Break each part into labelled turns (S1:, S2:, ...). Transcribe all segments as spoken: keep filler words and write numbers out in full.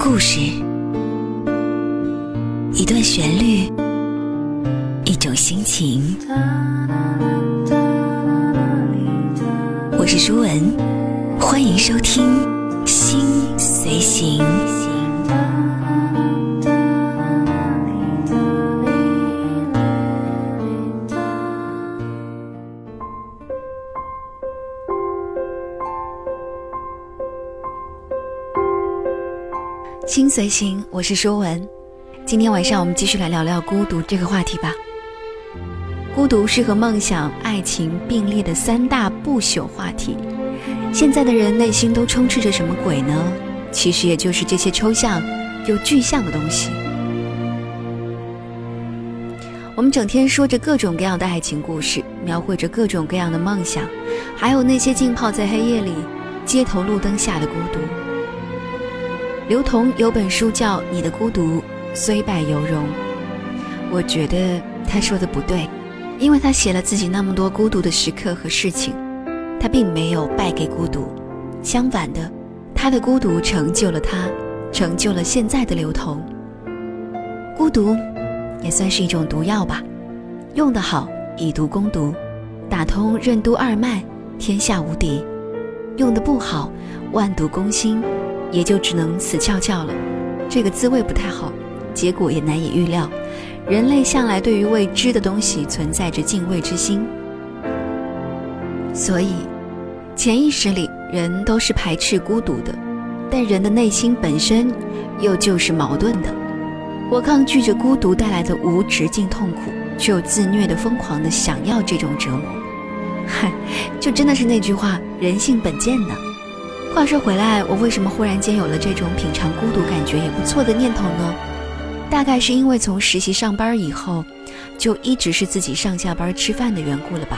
S1: 故事，一段旋律，一种心情。我是舒文，欢迎收听心随行。心随行，我是舒文。今天晚上我们继续来聊聊孤独这个话题吧。孤独是和梦想、爱情并列的三大不朽话题。现在的人内心都充斥着什么鬼呢？其实也就是这些抽象又具象的东西。我们整天说着各种各样的爱情故事，描绘着各种各样的梦想，还有那些浸泡在黑夜里街头路灯下的孤独。刘同有本书叫《你的孤独虽败犹荣》，我觉得他说的不对，因为他写了自己那么多孤独的时刻和事情，他并没有败给孤独，相反的，他的孤独成就了他，成就了现在的刘同。孤独也算是一种毒药吧，用得好，以毒攻毒，打通任督二脉，天下无敌；用得不好，万毒攻心，也就只能死翘翘了。这个滋味不太好，结果也难以预料。人类向来对于未知的东西存在着敬畏之心，所以潜意识里人都是排斥孤独的，但人的内心本身又就是矛盾的。我抗拒着孤独带来的无止境痛苦，却又自虐的疯狂的想要这种折磨。嗨，就真的是那句话，人性本贱呢。话说回来，我为什么忽然间有了这种品尝孤独感觉也不错的念头呢？大概是因为从实习上班以后，就一直是自己上下班吃饭的缘故了吧。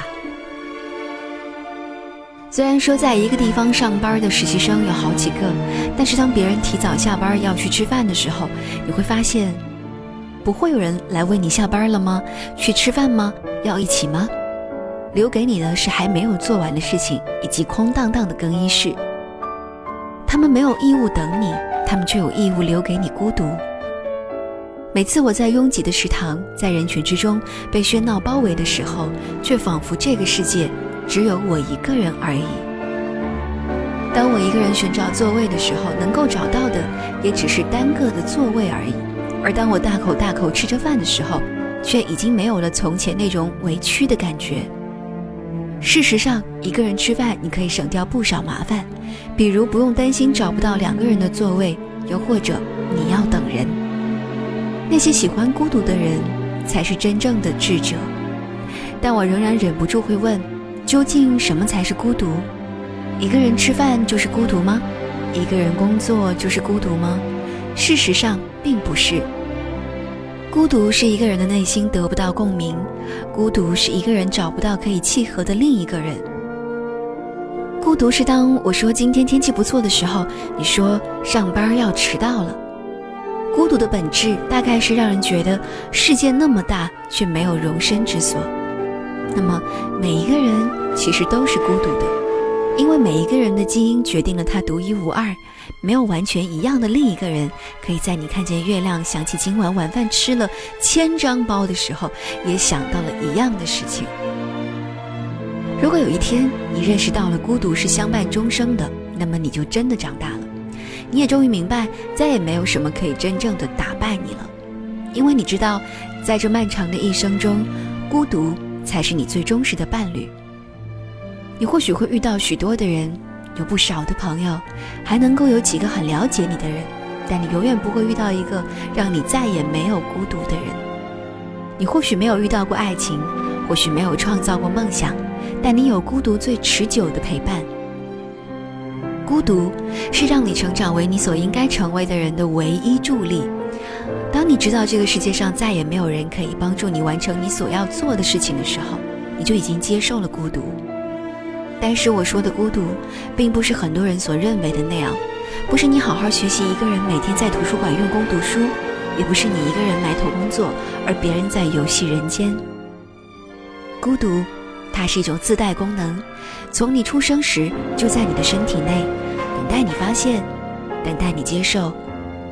S1: 虽然说在一个地方上班的实习生有好几个，但是当别人提早下班要去吃饭的时候，你会发现，不会有人来问你下班了吗？去吃饭吗？要一起吗？留给你的是还没有做完的事情，以及空荡荡的更衣室。他们没有义务等你，他们却有义务留给你孤独。每次我在拥挤的食堂，在人群之中被喧闹包围的时候，却仿佛这个世界只有我一个人而已。当我一个人寻找座位的时候，能够找到的也只是单个的座位而已。而当我大口大口吃着饭的时候，却已经没有了从前那种委屈的感觉。事实上，一个人吃饭你可以省掉不少麻烦，比如不用担心找不到两个人的座位，又或者你要等人。那些喜欢孤独的人才是真正的智者。但我仍然忍不住会问，究竟什么才是孤独？一个人吃饭就是孤独吗？一个人工作就是孤独吗？事实上并不是。孤独是一个人的内心得不到共鸣，孤独是一个人找不到可以契合的另一个人。孤独是当我说今天天气不错的时候，你说上班要迟到了。孤独的本质大概是让人觉得世界那么大，却没有容身之所。那么每一个人其实都是孤独的，因为每一个人的基因决定了他独一无二，没有完全一样的另一个人可以在你看见月亮，想起今晚晚饭吃了千张包的时候，也想到了一样的事情。如果有一天你认识到了孤独是相伴终生的，那么你就真的长大了，你也终于明白，再也没有什么可以真正的打败你了。因为你知道，在这漫长的一生中，孤独才是你最忠实的伴侣。你或许会遇到许多的人，有不少的朋友，还能够有几个很了解你的人，但你永远不会遇到一个让你再也没有孤独的人。你或许没有遇到过爱情，或许没有创造过梦想，但你有孤独最持久的陪伴。孤独是让你成长为你所应该成为的人的唯一助力。当你知道这个世界上再也没有人可以帮助你完成你所要做的事情的时候，你就已经接受了孤独。但是我说的孤独并不是很多人所认为的那样，不是你好好学习一个人每天在图书馆用功读书，也不是你一个人埋头工作而别人在游戏人间。孤独它是一种自带功能，从你出生时就在你的身体内，等待你发现，等待你接受，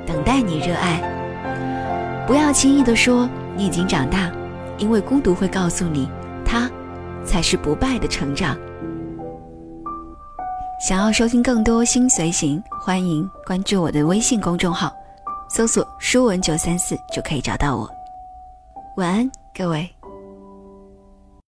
S1: 等待你热爱。不要轻易地说你已经长大，因为孤独会告诉你，它才是不败的成长。想要收听更多心随行，欢迎关注我的微信公众号，搜索书文九三四就可以找到我。晚安，各位。